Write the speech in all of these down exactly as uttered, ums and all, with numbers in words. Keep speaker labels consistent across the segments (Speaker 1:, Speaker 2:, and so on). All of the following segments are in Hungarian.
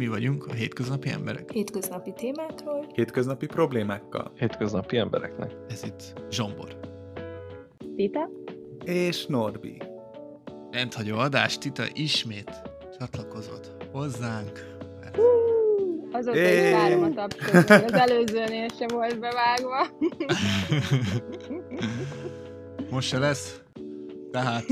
Speaker 1: Mi vagyunk a hétköznapi emberek.
Speaker 2: Hétköznapi témákról.
Speaker 3: Hétköznapi problémákkal.
Speaker 4: Hétköznapi embereknek.
Speaker 1: Ez itt Zsombor.
Speaker 2: Tita.
Speaker 3: És Norbi.
Speaker 1: Rendhagyó adás, Tita ismét csatlakozott hozzánk. Mert...
Speaker 2: Uh, azóta
Speaker 3: Hey.
Speaker 2: is várom a tapsot, még az előzőnél sem volt bevágva.
Speaker 1: Most se lesz. Tehát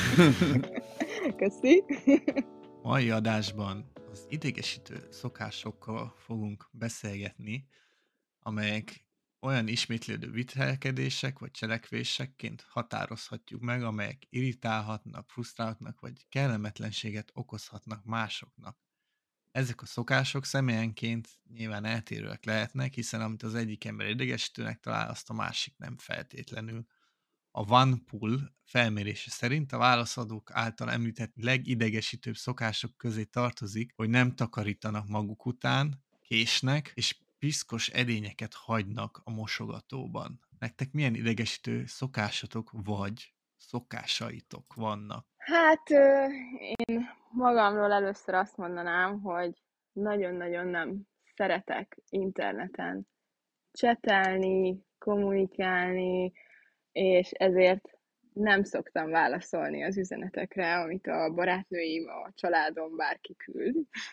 Speaker 2: Köszi.
Speaker 1: mai adásban az idegesítő szokásokkal fogunk beszélgetni, amelyek olyan ismétlődő viselkedések vagy cselekvésekként határozhatjuk meg, amelyek irritálhatnak, frusztrálhatnak, vagy kellemetlenséget okozhatnak másoknak. Ezek a szokások személyenként nyilván eltérőek lehetnek, hiszen amit az egyik ember idegesítőnek talál, azt a másik nem feltétlenül. A OnePoll felmérése szerint a válaszadók által említett legidegesítőbb szokások közé tartozik, hogy nem takarítanak maguk után, késnek, és piszkos edényeket hagynak a mosogatóban. Nektek milyen idegesítő szokásatok vagy szokásaitok vannak?
Speaker 2: Hát ö, én magamról először azt mondanám, hogy nagyon-nagyon nem szeretek interneten csetelni, kommunikálni, és ezért nem szoktam válaszolni az üzenetekre, amit a barátnőim, a családom, bárki küld.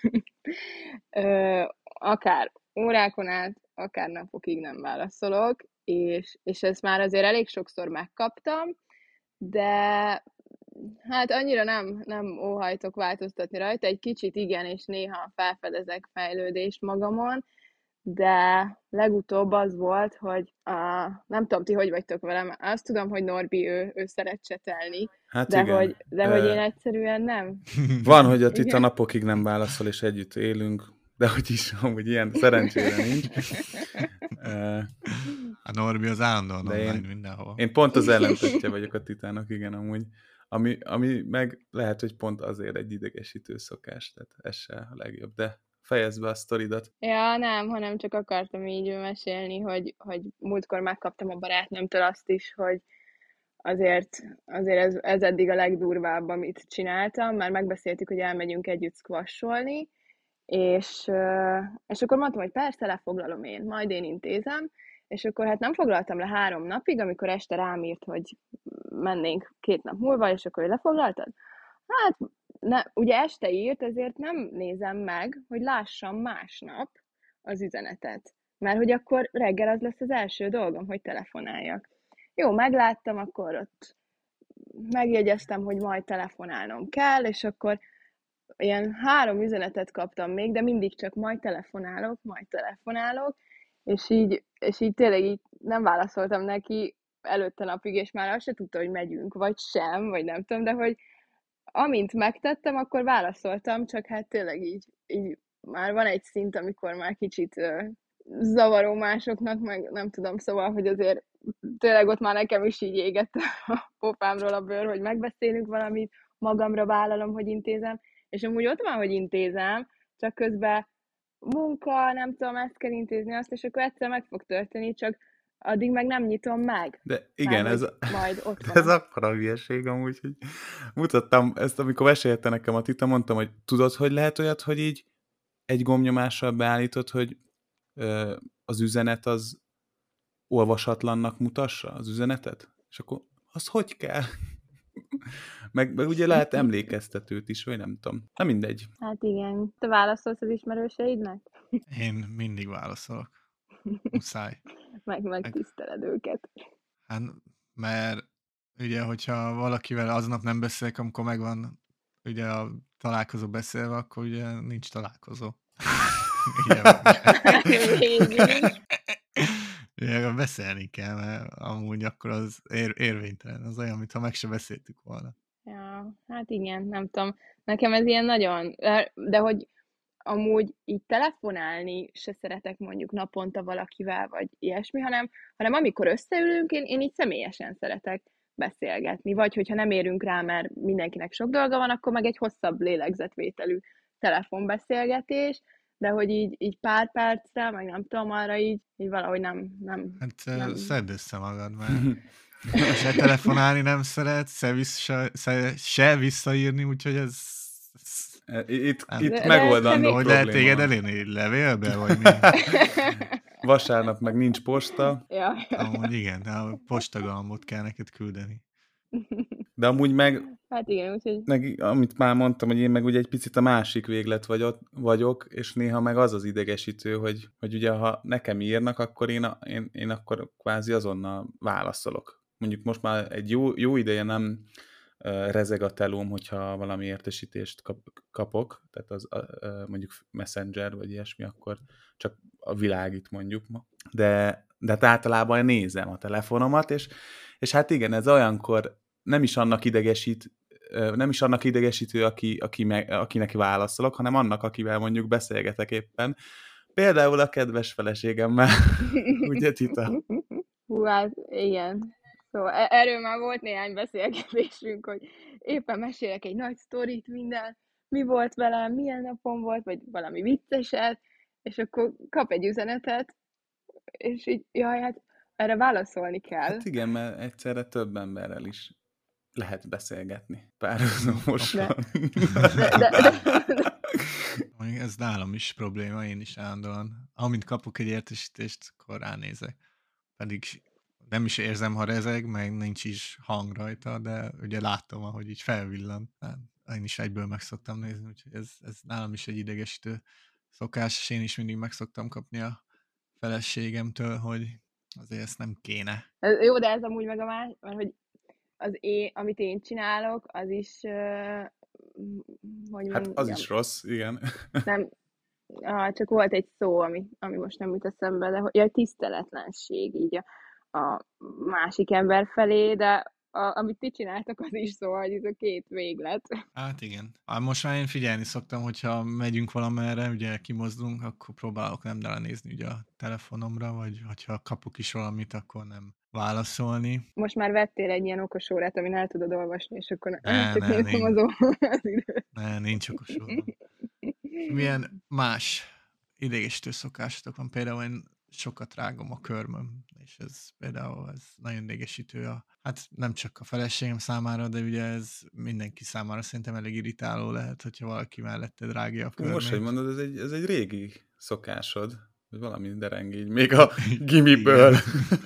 Speaker 2: Ö, akár órákon át, akár napokig nem válaszolok, és, és ezt már azért elég sokszor megkaptam, de hát annyira nem, nem óhajtok változtatni rajta, egy kicsit igen, és néha felfedezek fejlődést magamon, de legutóbb az volt, hogy a, nem tudom, ti hogy vagytok velem, azt tudom, hogy Norbi, ő, ő szeret csetelni,
Speaker 3: Hát
Speaker 2: de,
Speaker 3: igen.
Speaker 2: hogy, de
Speaker 3: Ö,
Speaker 2: hogy én egyszerűen nem.
Speaker 3: Van, hogy a Tita
Speaker 2: Igen.
Speaker 3: napokig nem válaszol, és együtt élünk, de hogy is, amúgy ilyen szerencsére nincs. Ö,
Speaker 1: A Norbi az állandóan
Speaker 3: De
Speaker 1: online
Speaker 3: én-
Speaker 1: mindenhol.
Speaker 3: Én pont az ellentétje vagyok a Titának, igen, amúgy. Ami, ami meg lehet, hogy pont azért egy idegesítő szokás, tehát ez se a legjobb, de fejezd be a sztoridat.
Speaker 2: Ja, nem, hanem csak akartam így mesélni, hogy, hogy múltkor megkaptam a barátnőmtől azt is, hogy azért, azért ez, ez eddig a legdurvább, amit csináltam, már megbeszéltük, hogy elmegyünk együtt squasholni, és, ö, és akkor mondtam, hogy persze, lefoglalom én, majd én intézem, és akkor hát nem foglaltam le három napig, amikor este rám írt, hogy mennénk két nap múlva, és akkor hogy lefoglaltad? Hát, ne, ugye este írt, ezért nem nézem meg, hogy lássam másnap az üzenetet. Mert hogy akkor reggel az lesz az első dolgom, hogy telefonáljak. Jó, megláttam, akkor ott megjegyeztem, hogy majd telefonálnom kell, és akkor ilyen három üzenetet kaptam még, de mindig csak majd telefonálok, majd telefonálok, és így, és így tényleg így nem válaszoltam neki előtte napig, és már azt se tudta, hogy megyünk, vagy sem, vagy nem tudom, de hogy amint megtettem, akkor válaszoltam, csak hát tényleg így, így már van egy szint, amikor már kicsit ö, zavaró másoknak, meg nem tudom, szóval, hogy azért tényleg ott már nekem is így égett a popámról a bőr, hogy megbeszélünk valamit, magamra vállalom, hogy intézem, és amúgy ott van, hogy intézem, csak közben munka, nem tudom, ezt kell intézni, azt, és akkor egyszer meg fog történni, csak addig meg nem nyitom meg.
Speaker 3: De igen,
Speaker 2: Már,
Speaker 3: ez,
Speaker 2: hogy
Speaker 3: a,
Speaker 2: majd ott van.
Speaker 3: ez akkora hülyeség amúgy, hogy mutattam ezt, amikor mesélte nekem a Tita, mondtam, hogy tudod, hogy lehet olyat, hogy így egy gombnyomással beállítod, hogy ö, az üzenet az olvasatlannak mutassa az üzenetet? És akkor az hogy kell? meg, meg ugye lehet emlékeztetőt is, vagy nem tudom. Na mindegy.
Speaker 2: Hát igen. Te válaszolsz az ismerőseidnek?
Speaker 1: Én mindig válaszolok. Muszáj.
Speaker 2: Meg megtiszteled őket.
Speaker 1: Hát, mert ugye, hogyha valakivel aznap nem beszélek, amikor megvan ugye a találkozó beszélve, akkor ugye nincs találkozó. Ugye,
Speaker 2: Végül.
Speaker 1: ugye, beszélni kell, mert amúgy akkor az ér, érvénytelen. Az olyan, mintha meg se beszéltük volna.
Speaker 2: Ja, hát igen, nem tudom. Nekem ez ilyen nagyon... De hogy amúgy így telefonálni se szeretek mondjuk naponta valakivel, vagy ilyesmi, hanem, hanem amikor összeülünk, én, én így személyesen szeretek beszélgetni. Vagy hogyha nem érünk rá, mert mindenkinek sok dolga van, akkor meg egy hosszabb lélegzetvételű telefonbeszélgetés, de hogy így, így pár percre, meg nem tudom, arra így, így valahogy nem... nem,
Speaker 1: Hát
Speaker 2: nem.
Speaker 1: szedd össze magad, mert se telefonálni nem szeret, se, vissza, se, se visszaírni, úgyhogy ez, ez
Speaker 3: Itt,
Speaker 1: Nem.
Speaker 3: itt
Speaker 2: De- de
Speaker 3: megoldandó
Speaker 2: ezt
Speaker 1: Hogy
Speaker 2: nem
Speaker 1: lehet
Speaker 3: probléma
Speaker 1: téged
Speaker 3: van.
Speaker 1: elérni? Levélbe, vagy mi?
Speaker 3: Vasárnap meg nincs posta,
Speaker 2: Ja, ja.
Speaker 1: Amúgy igen, de a postagalmot kell neked küldeni.
Speaker 3: de amúgy meg,
Speaker 2: Hát igen, úgyhogy
Speaker 3: meg, amit már mondtam, hogy én meg ugye egy picit a másik véglet vagyok, vagyok és néha meg az az idegesítő, hogy, hogy ugye ha nekem írnak, akkor én, a, én, én akkor kvázi azonnal válaszolok. Mondjuk most már egy jó, jó ideje nem uh, rezeg a telóm, hogyha valami értesítést kap, kapok, tehát az uh, mondjuk Messenger vagy ilyesmi, akkor csak a világít mondjuk ma. De, de hát általában nézem a telefonomat, és, és hát igen, ez olyankor nem is annak idegesít, nem is annak idegesítő, aki, aki me, akinek válaszolok, hanem annak, akivel mondjuk beszélgetek éppen. Például a kedves feleségemmel. Ugye, Tita?
Speaker 2: Hú, hát igen. Szóval e- erről már volt néhány beszélgetésünk, hogy éppen mesélek egy nagy sztorit, minden, mi volt velem, milyen napom volt, vagy valami vicceset, és akkor kap egy üzenetet, és így, jaj, hát erre válaszolni kell.
Speaker 3: Hát igen, mert egyszerre több emberrel is lehet beszélgetni párhuzamosan.
Speaker 2: De, de, de, de,
Speaker 1: Mondjuk ez nálam is probléma, én is állandóan. Amint kapok egy értesítést, akkor ránézek. Pedig nem is érzem, ha rezeg, meg nincs is hang rajta, de ugye látom, ahogy így felvillan. Hát én is egyből meg szoktam nézni, úgyhogy ez, ez nálam is egy idegesítő szokás, és én is mindig meg szoktam kapni a feleségemtől, hogy azért ezt nem kéne.
Speaker 2: ez, jó, de ez amúgy meg a más, mert hogy az én, amit én csinálok, az is, uh, hogy
Speaker 3: Hát az
Speaker 2: mondjam,
Speaker 3: is rossz, igen.
Speaker 2: nem, ah, csak volt egy szó, ami, ami most nem jut eszembe, de hogy ja, tiszteletlenség így a, a másik ember felé, de a, amit ti csináltak, az is szó, hogy ez a két véglet.
Speaker 1: Hát igen. Hát most már én figyelni szoktam, hogyha megyünk valamerre, ugye kimozdulunk, akkor próbálok nem ránézni ugye a telefonomra, vagy hogyha kapok is valamit, akkor nem válaszolni.
Speaker 2: Most már vettél egy ilyen okos órát, amin el tudod olvasni, és akkor
Speaker 1: Ne,
Speaker 2: ne, csak
Speaker 1: ne,
Speaker 2: nézem
Speaker 1: nincs.
Speaker 2: az, az időt.
Speaker 1: Ne, nincs okos óra. Milyen más idegesítő szokásotok van? Például én sokat rágom a körmöm, és ez például ez nagyon idegesítő. A, hát nem csak a feleségem számára, de ugye ez mindenki számára szerintem elég irritáló lehet, hogyha valaki melletted rágja a körmét.
Speaker 3: Most, hogy mondod, ez egy, ez egy régi szokásod, hogy valami dereng így, még a gimiből.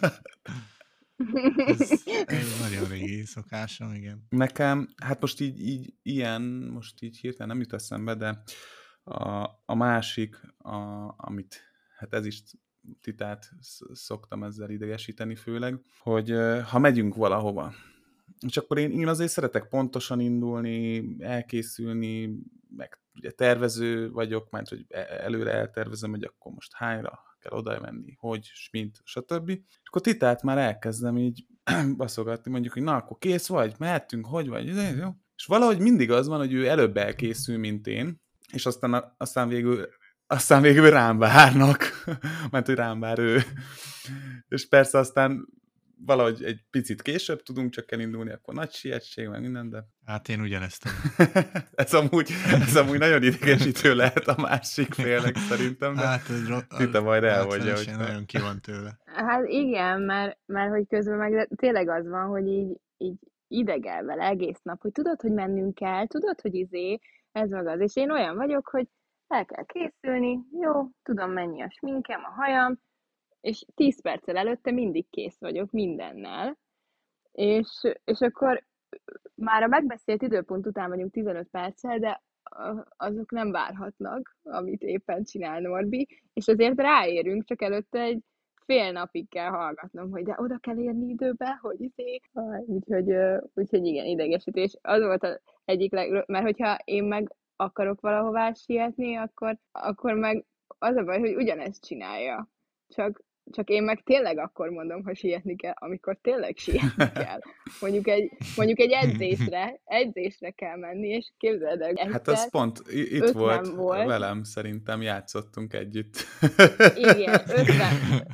Speaker 1: Ez egy nagyon régi szokásom, igen.
Speaker 3: Nekem, hát most így, így ilyen, most így hirtelen nem jut eszembe, de a, a másik, a, amit, hát ez is Titát szoktam ezzel idegesíteni főleg, hogy ha megyünk valahova, és akkor én, én azért szeretek pontosan indulni, elkészülni, meg ugye tervező vagyok, mert hogy előre eltervezem, hogy akkor most hányra kell oda menni, hogy, mint, stb. És akkor Titát már elkezdem így baszogatni, mondjuk, hogy na, akkor kész vagy, mehetünk, hogy vagy, jó? És valahogy mindig az van, hogy ő előbb elkészül, mint én, és aztán, aztán végül aztán végül rám várnak, mert hogy rám vár ő. És persze aztán valahogy egy picit később tudunk csak elindulni, akkor nagy sietség, meg minden, de...
Speaker 1: Hát én ugyanezt tudom.
Speaker 3: ez, amúgy, ez amúgy nagyon idegesítő lehet a másik félnek szerintem, de
Speaker 1: hát, ro-
Speaker 3: Tita majd elmondja, hogy...
Speaker 1: nagyon ki van tőle.
Speaker 2: Hát igen, mert, mert hogy közben meg tényleg az van, hogy így, így idegel vele egész nap, hogy tudod, hogy mennünk kell, tudod, hogy izé, ez meg az. És én olyan vagyok, hogy el kell készülni, jó, tudom mennyi a sminkem, a hajam, és tíz perccel előtte mindig kész vagyok mindennel, és, és akkor már a megbeszélt időpont után vagyunk tizenöt perccel, de azok nem várhatnak, amit éppen csinál Norbi, és azért ráérünk, csak előtte egy fél napig kell hallgatnom, hogy de oda kell érni időbe, hogy izé. Úgyhogy, úgyhogy igen, idegesítés. Az volt az egyik leg... mert hogyha én meg akarok valahová sietni, akkor, akkor meg az a baj, hogy ugyanezt csinálja. Csak, csak én meg tényleg akkor mondom, ha sietni kell, amikor tényleg sietni kell. Mondjuk egy, mondjuk egy edzésre, edzésre kell menni, és képzeld el, egyszer
Speaker 3: hát az pont itt volt, volt velem, szerintem játszottunk együtt.
Speaker 2: Igen, ötven,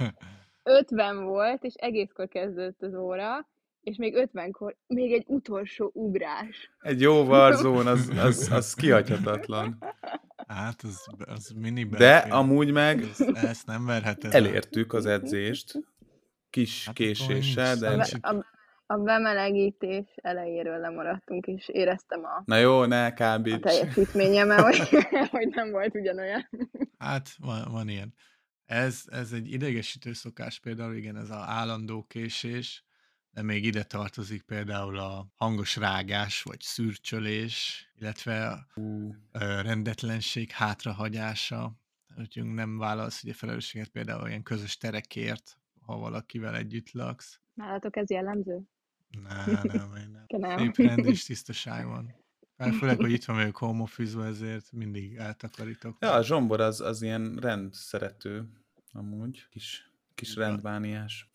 Speaker 2: ötven volt, és egészkor kezdődött az óra, és még ötvenkor még egy utolsó ugrás.
Speaker 3: Egy jó Warzone, az, az, az kihagyhatatlan.
Speaker 1: Hát, az, az miniben.
Speaker 3: De amúgy meg
Speaker 1: ezt, ezt nem verheted.
Speaker 3: elértük az edzést, kis hát késéssel, de...
Speaker 2: A, a, a bemelegítés elejéről lemaradtunk, és éreztem a,
Speaker 3: Na jó, ne
Speaker 2: a
Speaker 3: kábíts.
Speaker 2: teljesítményemmel, hogy, hogy nem volt ugyanolyan.
Speaker 1: Hát van, van ilyen. Ez, ez egy idegesítő szokás például, igen, ez az állandó késés, de még ide tartozik például a hangos rágás, vagy szürcsölés, illetve a
Speaker 3: Ú,
Speaker 1: ö, rendetlenség hátrahagyása, hogy nem vállalsz ugye felelősséget például ilyen közös terekért, ha valakivel együtt laksz.
Speaker 2: Nálatok ez jellemző?
Speaker 1: Nem, nem, én nem.
Speaker 2: Nem.
Speaker 1: Szép rend és tisztaság van. Már főleg, hogy itt van vagyok home office-ba, ezért mindig eltakarítok.
Speaker 3: Ja, a Zsombor az, az ilyen rendszerető, amúgy, kis, kis
Speaker 1: Ja.
Speaker 3: rendbániás.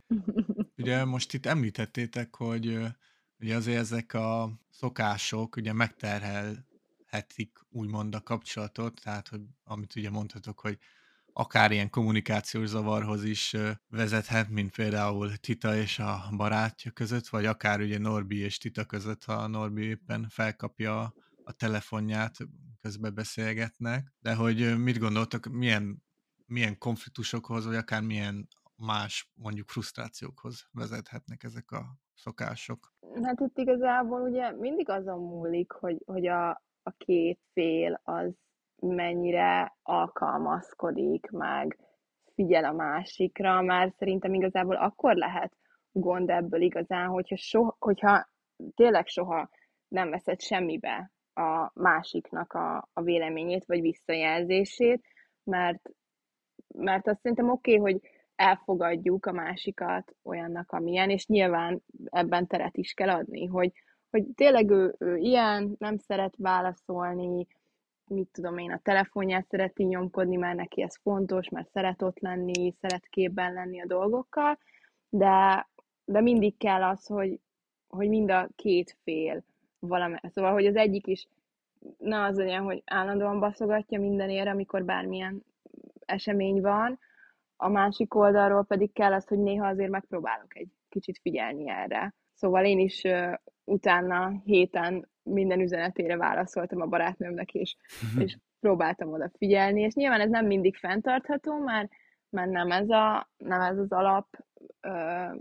Speaker 1: Ugye most itt említettétek, hogy ö, ugye azért ezek a szokások ugye megterhelhetik úgymond a kapcsolatot, tehát hogy amit ugye mondhatok, hogy akár ilyen kommunikációs zavarhoz is ö, vezethet, mint például Tita és a barátja között, vagy akár ugye Norbi és Tita között, ha a Norbi éppen felkapja a telefonját, közben beszélgetnek. De hogy ö, mit gondoltak, milyen, milyen konfliktusokhoz, vagy akár milyen más mondjuk frusztrációkhoz vezethetnek ezek a szokások?
Speaker 2: Hát itt igazából ugye mindig azon múlik, hogy, hogy a, a két fél az mennyire alkalmazkodik, meg figyel a másikra, mert szerintem igazából akkor lehet gond ebből igazán, hogyha, soha, hogyha tényleg soha nem veszed semmibe a másiknak a, a véleményét, vagy visszajelzését, mert, mert azt szerintem oké, okay, hogy elfogadjuk a másikat olyannak, amilyen, és nyilván ebben teret is kell adni, hogy, hogy tényleg ő, ő ilyen, nem szeret válaszolni, mit tudom én, a telefonját szereti nyomkodni, mert neki ez fontos, mert szeret ott lenni, szeret képben lenni a dolgokkal, de, de mindig kell az, hogy, hogy mind a két fél valami, szóval, hogy az egyik is ne az legyen, hogy állandóan baszogatja mindenért, amikor bármilyen esemény van, a másik oldalról pedig kell az, hogy néha azért megpróbálok egy kicsit figyelni erre. Szóval én is uh, utána héten minden üzenetére válaszoltam a barátnőmnek, és, és próbáltam oda figyelni, és nyilván ez nem mindig fenntartható, mert, mert nem, ez a, nem ez az alap uh,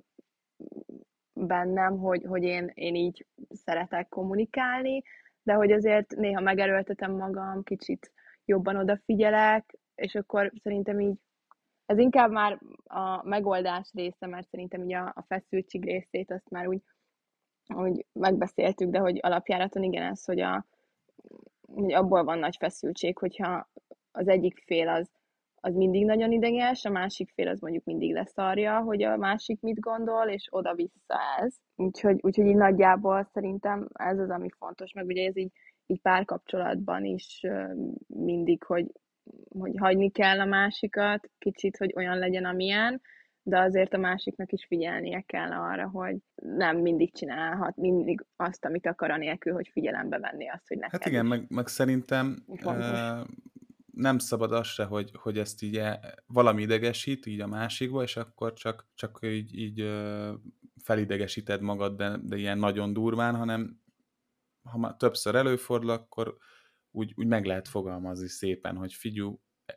Speaker 2: bennem, hogy, hogy én, én így szeretek kommunikálni, de hogy azért néha megerőltetem magam, kicsit jobban odafigyelek, és akkor szerintem így ez inkább már a megoldás része, mert szerintem így a, a feszültség részét azt már úgy, úgy megbeszéltük, de hogy alapjáraton igen ez, hogy, a, hogy abból van nagy feszültség, hogyha az egyik fél az, az mindig nagyon ideges, a másik fél az mondjuk mindig leszarja, hogy a másik mit gondol, és oda-vissza ez. Úgyhogy, úgyhogy így nagyjából szerintem ez az, ami fontos, meg ugye ez így, így párkapcsolatban is mindig, hogy hogy hagyni kell a másikat, kicsit, hogy olyan legyen, amilyen, de azért a másiknak is figyelnie kell arra, hogy nem mindig csinálhat mindig azt, amit akar, anélkül, hogy figyelembe venni azt, hogy neked
Speaker 3: Hát igen,
Speaker 2: is
Speaker 3: meg, meg szerintem uh, nem szabad az se, hogy, hogy ezt így valami idegesít, így a másikba, és akkor csak, csak így, így uh, felidegesíted magad, de, de ilyen nagyon durván, hanem ha már többször előfordul, akkor úgy, úgy meg lehet fogalmazni szépen, hogy figyú,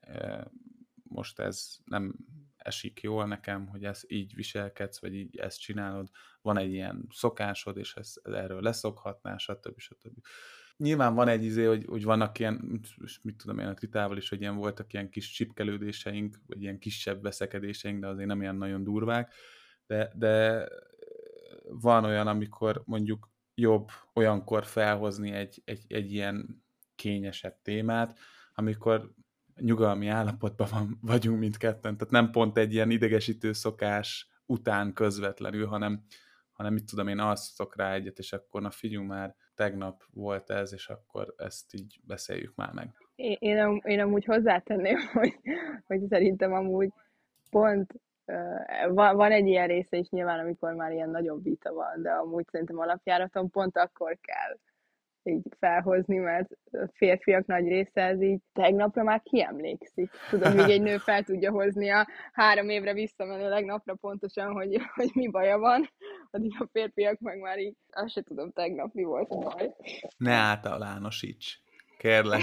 Speaker 3: most ez nem esik jól nekem, hogy ez így viselkedsz, vagy így ezt csinálod, van egy ilyen szokásod, és ez, erről leszokhatnál, stb. stb. Nyilván van egy izé, hogy, hogy vannak ilyen, mit tudom én a Titával is, hogy ilyen voltak ilyen kis csipkelődéseink, vagy ilyen kisebb veszekedéseink, de azért nem ilyen nagyon durvák, de, de van olyan, amikor mondjuk jobb olyankor felhozni egy, egy, egy ilyen kényesebb témát, amikor nyugalmi állapotban van, vagyunk mindketten, tehát nem pont egy ilyen idegesítő szokás után közvetlenül, hanem, hanem mit tudom én, alszatok rá egyet, és akkor na figyelj már, tegnap volt ez, és akkor ezt így beszéljük már meg.
Speaker 2: Én, én, am, én amúgy hozzátenném, hogy, hogy szerintem amúgy pont uh, van, van egy ilyen része is nyilván, amikor már ilyen nagyobb vita van, de amúgy szerintem alapjáraton pont akkor kell így felhozni, mert a férfiak nagy része ez így tegnapra már kiemlékszik. Tudod, míg egy nő fel tudja hozni a három évre visszamenőleg napra pontosan, hogy, hogy mi baja van, addig a férfiak meg már így, azt se tudom tegnap mi volt a baj.
Speaker 3: Ne általánosíts, kérlek.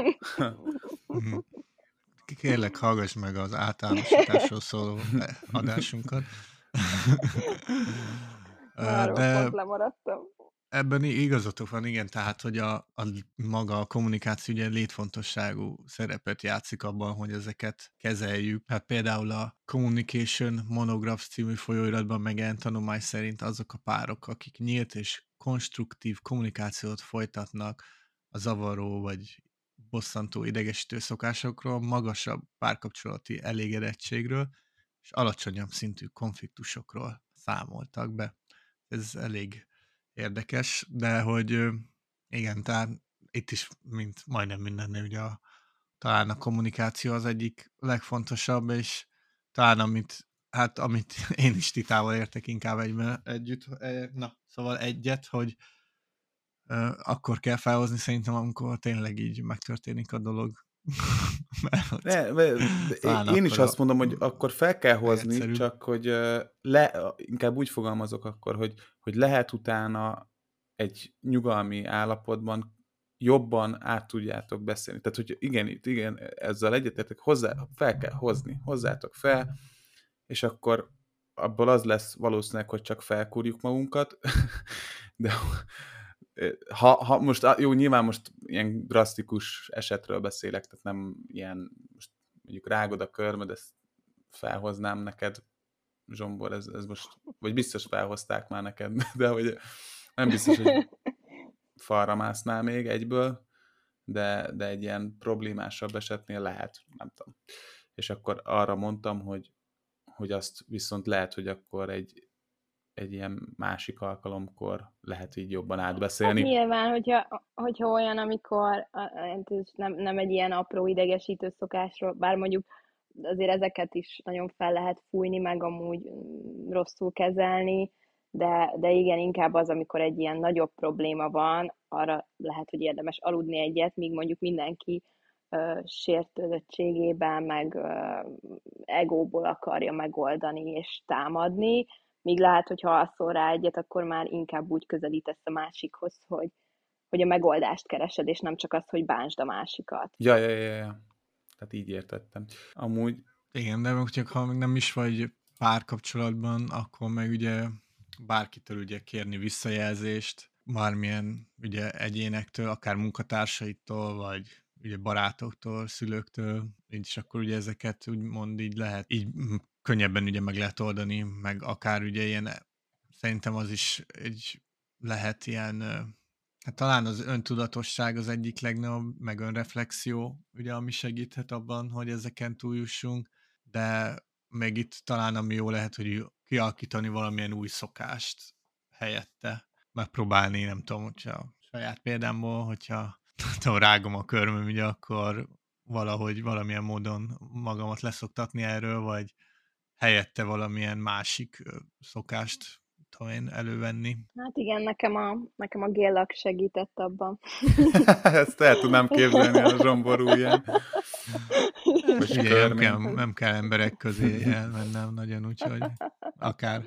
Speaker 1: Kérlek, hallgass meg az általánosításról szóló adásunkat.
Speaker 2: Arról
Speaker 1: De
Speaker 2: pont lemaradtam.
Speaker 1: ebben igazatok van, igen, tehát, hogy a, a maga a kommunikáció ugye létfontosságú szerepet játszik abban, hogy ezeket kezeljük. Hát például a Communication Monographs című folyóiratban megjelent tanulmány szerint azok a párok, akik nyílt és konstruktív kommunikációt folytatnak a zavaró vagy bosszantó idegesítő szokásokról, magasabb párkapcsolati elégedettségről és alacsonyabb szintű konfliktusokról számoltak be. Ez elég érdekes, de hogy ö, igen, tehát itt is, mint majdnem mindennél, ugye a, talán a kommunikáció az egyik legfontosabb, és talán amit, hát amit én is Titával értek inkább egyben, együtt, eh, na, szóval egyet, hogy ö, akkor kell felhozni szerintem, amikor tényleg így megtörténik a dolog. Mert hogy
Speaker 3: Ne, de, de
Speaker 1: talán
Speaker 3: én is
Speaker 1: akkor
Speaker 3: azt
Speaker 1: a
Speaker 3: mondom, hogy akkor fel kell hozni,
Speaker 1: legegyszerűbb.
Speaker 3: csak hogy ö, le, inkább úgy fogalmazok akkor, hogy, hogy lehet utána egy nyugalmi állapotban jobban át tudjátok beszélni. Tehát, hogy igen, itt igen, ezzel egyetértek, hozzá, fel kell hozni, hozzátok fel, és akkor abból az lesz valószínűleg, hogy csak felkúrjuk magunkat, de ha, ha most, jó, nyilván most ilyen drasztikus esetről beszélek, tehát nem ilyen, most mondjuk rágod a körmöd, ezt felhoznám neked, Zsombor, ez, ez most, vagy biztos felhozták már neked, de hogy nem biztos, hogy falra másznál még egyből, de, de egy ilyen problémásabb esetnél lehet, nem tudom. És akkor arra mondtam, hogy, hogy azt viszont lehet, hogy akkor egy, egy ilyen másik alkalomkor lehet így jobban
Speaker 2: Hát
Speaker 3: átbeszélni.
Speaker 2: nyilván, hogyha, hogyha olyan, amikor hát ez nem, nem egy ilyen apró idegesítő szokásról, bár mondjuk azért ezeket is nagyon fel lehet fújni, meg amúgy mm, rosszul kezelni, de, de igen, inkább az, amikor egy ilyen nagyobb probléma van, arra lehet, hogy érdemes aludni egyet, míg mondjuk mindenki ö, sértődöttségében, meg ö, egóból akarja megoldani és támadni, míg lehet, hogy ha alszol rá egyet, akkor már inkább úgy közelítesz a másikhoz, hogy, hogy a megoldást keresed, és nem csak azt, hogy bánsd a másikat.
Speaker 3: Ja, ja, ja, ja. Tehát így értettem. Amúgy,
Speaker 1: Igen, de mondjuk, ha még nem is vagy párkapcsolatban, akkor meg ugye bárkitől ugye kérni visszajelzést, bármilyen ugye egyénektől, akár munkatársaitól, vagy ugye barátoktól, szülőktől, és akkor ugye ezeket úgymond így lehet, így mm, könnyebben ugye meg lehet oldani, meg akár ugye ilyen, szerintem az is egy lehet ilyen, ö, hát talán az öntudatosság az egyik legnagyobb, meg önreflexió, ugye, ami segíthet abban, hogy ezeken túljussunk, de még itt talán ami jó lehet, hogy kialakítani valamilyen új szokást helyette. Megpróbálni, nem tudom, hogyha saját példámból, hogyha nem tudom, rágom a körmöm, ugye, akkor valahogy valamilyen módon magamat leszoktatni erről, vagy helyette valamilyen másik ö, szokást tudom én elővenni.
Speaker 2: Hát igen, nekem a, nekem a géllak segített abban.
Speaker 3: ezt el tudnám képzelni a Zsombor ujján. Vagy
Speaker 1: Ugye nem
Speaker 3: körmén.
Speaker 1: kell, nem kell emberek közé elmennem nagyon, úgyhogy akár.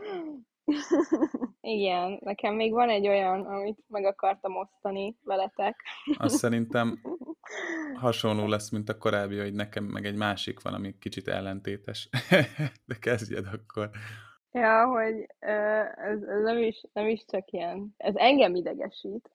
Speaker 2: Igen, nekem még van egy olyan, amit meg akartam osztani veletek.
Speaker 3: Azt szerintem hasonló lesz, mint a korábbi, hogy nekem meg egy másik van, ami kicsit ellentétes. De kezdjed akkor.
Speaker 2: Ja, hogy ö, ez, ez nem, is, nem is csak ilyen, ez engem idegesít,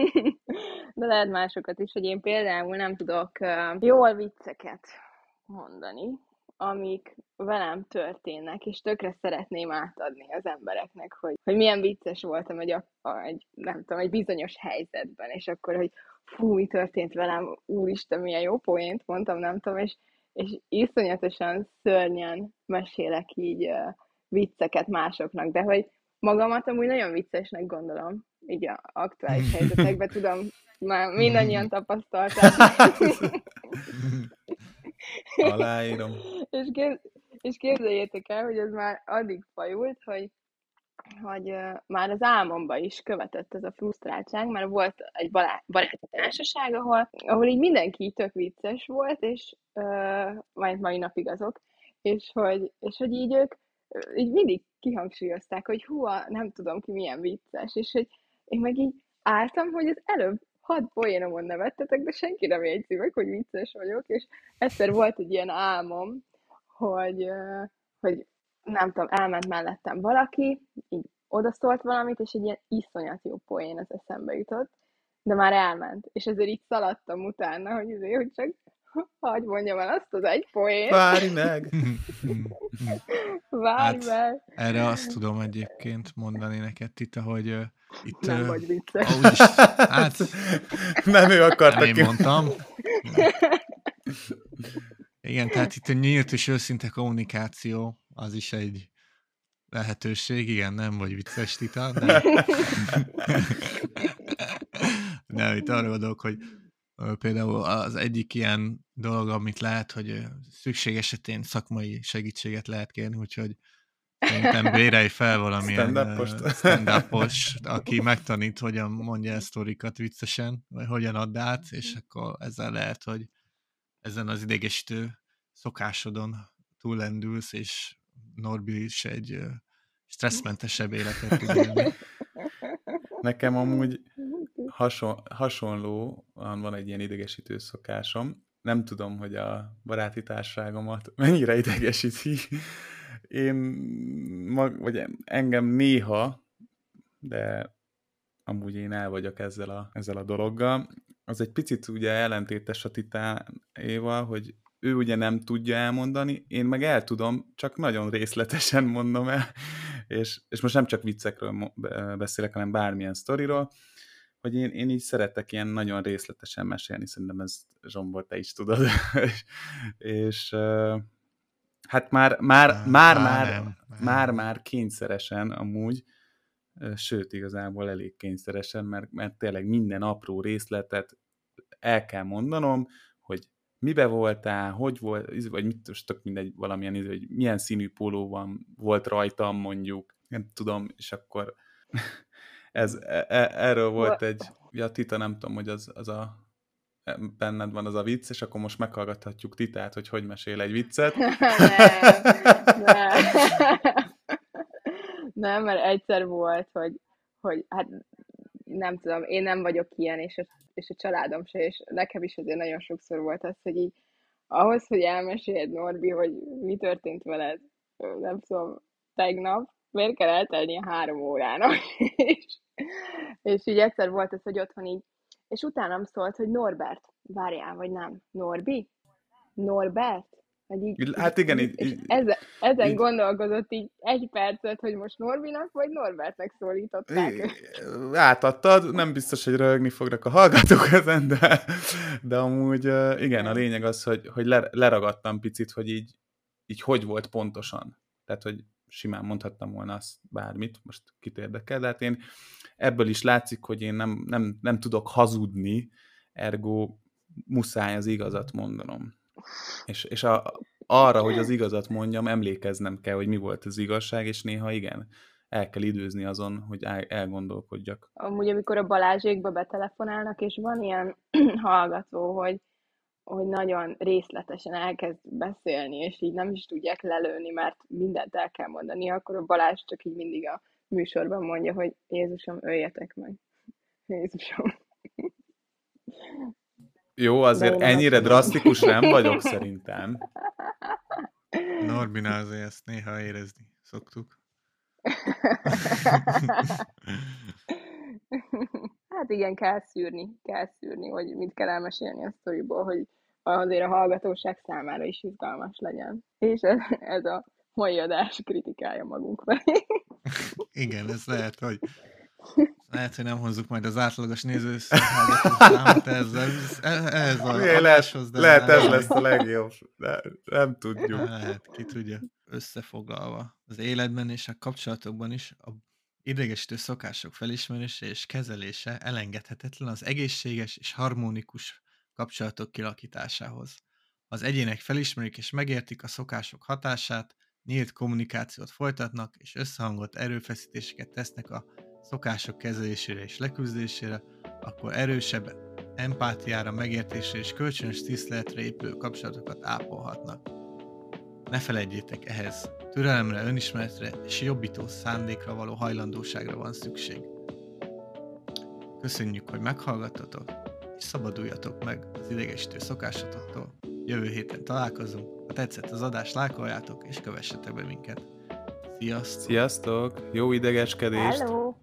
Speaker 2: de lehet másokat is, hogy én például nem tudok ö, jól vicceket mondani, amik velem történnek, és tökre szeretném átadni az embereknek, hogy, hogy milyen vicces voltam egy, egy, nem tudom, egy bizonyos helyzetben, és akkor, hogy fú, mi történt velem, úristen, milyen jó poént mondtam, nem tudom, és, és iszonyatosan szörnyen mesélek így ö, vicceket másoknak, de hogy magamat amúgy nagyon viccesnek gondolom, így a aktuális helyzetekben tudom, már mindannyian tapasztalták.
Speaker 3: Aláírom.
Speaker 2: és, kép, és képzeljétek el, hogy ez már addig fajult, hogy, hogy uh, már az álmomba is követett ez a frusztráltság, mert volt egy balá- baráti társaság, ahol, ahol így mindenki így tök vicces volt, és uh, majd mai napig azok, és hogy, és hogy így ők így mindig kihangsúlyozták, hogy hú, a, nem tudom ki milyen vicces, és hogy én meg így álltam, hogy az előbb hat poénomon nevettetek, de senki nem jegyzi meg, hogy vicces vagyok, és egyszer volt egy ilyen álmom, hogy, hogy nem tudom, elment mellettem valaki, így oda szólt valamit, és egy ilyen iszonyat jó poén az eszembe jutott, de már elment. És ezért így szaladtam utána, hogy azért, hogy csak hagyj mondjam el azt az egy poént.
Speaker 3: Várj meg!
Speaker 2: Várj
Speaker 1: Hát,
Speaker 2: meg!
Speaker 1: erre azt tudom egyébként mondani neked, Tita, hogy uh, itt...
Speaker 2: Nem
Speaker 1: uh,
Speaker 2: vagy vicces.
Speaker 1: Úgyis, hát,
Speaker 3: Nem ő akarta
Speaker 1: nem én
Speaker 3: ki.
Speaker 1: mondtam. Igen, tehát itt a nyílt és őszinte kommunikáció, az is egy lehetőség. Igen, nem vagy vicces, Tita, de... de itt arra gondolok, hogy ö, például az egyik ilyen dolog, amit lehet, hogy ö, szükség esetén szakmai segítséget lehet kérni, úgyhogy szerintem bérelj fel valamilyen
Speaker 3: Stand-upost.
Speaker 1: ö, stand-upos, aki megtanít, hogyan mondja el sztorikat viccesen, vagy hogyan add át, és akkor ezzel lehet, hogy ezen az idegesítő szokásodon túllendülsz, és Norbi is egy ö, stresszmentesebb életet tud élni.
Speaker 3: Nekem amúgy hason, hasonlóan van egy ilyen idegesítő szokásom. Nem tudom, hogy a baráti társaságomat mennyire idegesíti. Én, mag, vagy engem néha, de amúgy én el vagyok ezzel a, ezzel a dologgal. Az egy picit ugye ellentétes a Titáéval, hogy ő ugye nem tudja elmondani, én meg el tudom, csak nagyon részletesen mondom el, és, és most nem csak viccekről beszélek, hanem bármilyen sztoriról, hogy én, én így szeretek ilyen nagyon részletesen mesélni, szerintem ez Zsombor, te is tudod. és, és hát már, már,
Speaker 1: Á,
Speaker 3: már,
Speaker 1: á,
Speaker 3: már,
Speaker 1: nem,
Speaker 3: már,
Speaker 1: nem.
Speaker 3: már kényszeresen amúgy, sőt, igazából elég kényszeresen, mert, mert tényleg minden apró részletet el kell mondanom, hogy mibe voltál, hogy volt, vagy mit most tök mindegy, valamilyen, hogy milyen színű póló van, volt rajtam mondjuk, nem tudom, és akkor ez, e, erről volt egy, ja, Tita, nem tudom, hogy az, az a benned van az a vicc, és akkor most meghallgathatjuk Titát, hogy hogy mesél egy viccet.
Speaker 2: nem, nem. Nem, mert egyszer volt, hogy, hogy hát nem tudom, én nem vagyok ilyen, és a, és a családom se, és nekem is azért nagyon sokszor volt az, hogy így ahhoz, hogy elmeséld, Norbi, hogy mi történt veled, nem tudom, tegnap, miért kell eltelnie három órának, és, és így egyszer volt ez, hogy otthon így, és utánam szólt, hogy Norbert, várjál, vagy nem, Norbi? Norbert? Így,
Speaker 3: hát igen,
Speaker 2: így,
Speaker 3: így,
Speaker 2: és
Speaker 3: így,
Speaker 2: ezen, ezen
Speaker 3: így,
Speaker 2: gondolkozott így egy percet, hogy most Norbinak vagy Norbertnek szólították őt.
Speaker 3: Átadtad, nem biztos, hogy röhögni fognak a hallgatók ezen, de, de amúgy igen, a lényeg az, hogy, hogy leragadtam picit, hogy így, így hogy volt pontosan. Tehát, hogy simán mondhattam volna azt bármit, most kit érdekel, de hát én ebből is látszik, hogy én nem, nem, nem tudok hazudni, ergo muszáj az igazat mondanom. És, és a, arra, hogy az igazat mondjam, emlékeznem kell, hogy mi volt az igazság, és néha igen, el kell időzni azon, hogy el, elgondolkodjak.
Speaker 2: Amúgy, amikor a Balázsékba betelefonálnak, és van ilyen hallgató, hogy, hogy nagyon részletesen elkezd beszélni, és így nem is tudják lelőni, mert mindent el kell mondani, akkor a Balázs csak így mindig a műsorban mondja, hogy Jézusom, öljetek meg. Jézusom.
Speaker 3: Jó, azért ennyire drasztikus nem vagyok szerintem.
Speaker 1: Norbinál azért ezt néha érezni szoktuk.
Speaker 2: Hát igen, kell szűrni, kell szűrni, hogy mit kell elmesélni a sztoriból, hogy azért a hallgatóság számára is izgalmas legyen. És ez, ez a mai adás kritikája magunk felé.
Speaker 1: Igen, ez lehet, hogy lehet, hogy nem hozzuk majd az átlagos nézőszámot ezzel, ehhez a adáshoz, de
Speaker 3: lehet ez lesz a legjobb, de nem tudjuk.
Speaker 1: Lehet, ki tudja. Összefoglalva, az életben és a kapcsolatokban is a idegesítő szokások felismerése és kezelése elengedhetetlen az egészséges és harmonikus kapcsolatok kialakításához. Az egyének felismerik és megértik a szokások hatását, nyílt kommunikációt folytatnak és összehangolt erőfeszítéseket tesznek a szokások kezelésére és leküzdésére, akkor erősebb empátiára, megértésre és kölcsönös tiszteletre épülő kapcsolatokat ápolhatnak. Ne feledjétek, ehhez türelemre, önismeretre és jobbító szándékra való hajlandóságra van szükség. Köszönjük, hogy meghallgattatok, és szabaduljatok meg az idegesítő szokásotoktól. Jövő héten találkozunk, ha tetszett az adás, lájkoljátok és kövessetek be minket. Sziasztok!
Speaker 3: Sziasztok! Jó idegeskedést!
Speaker 2: Hello!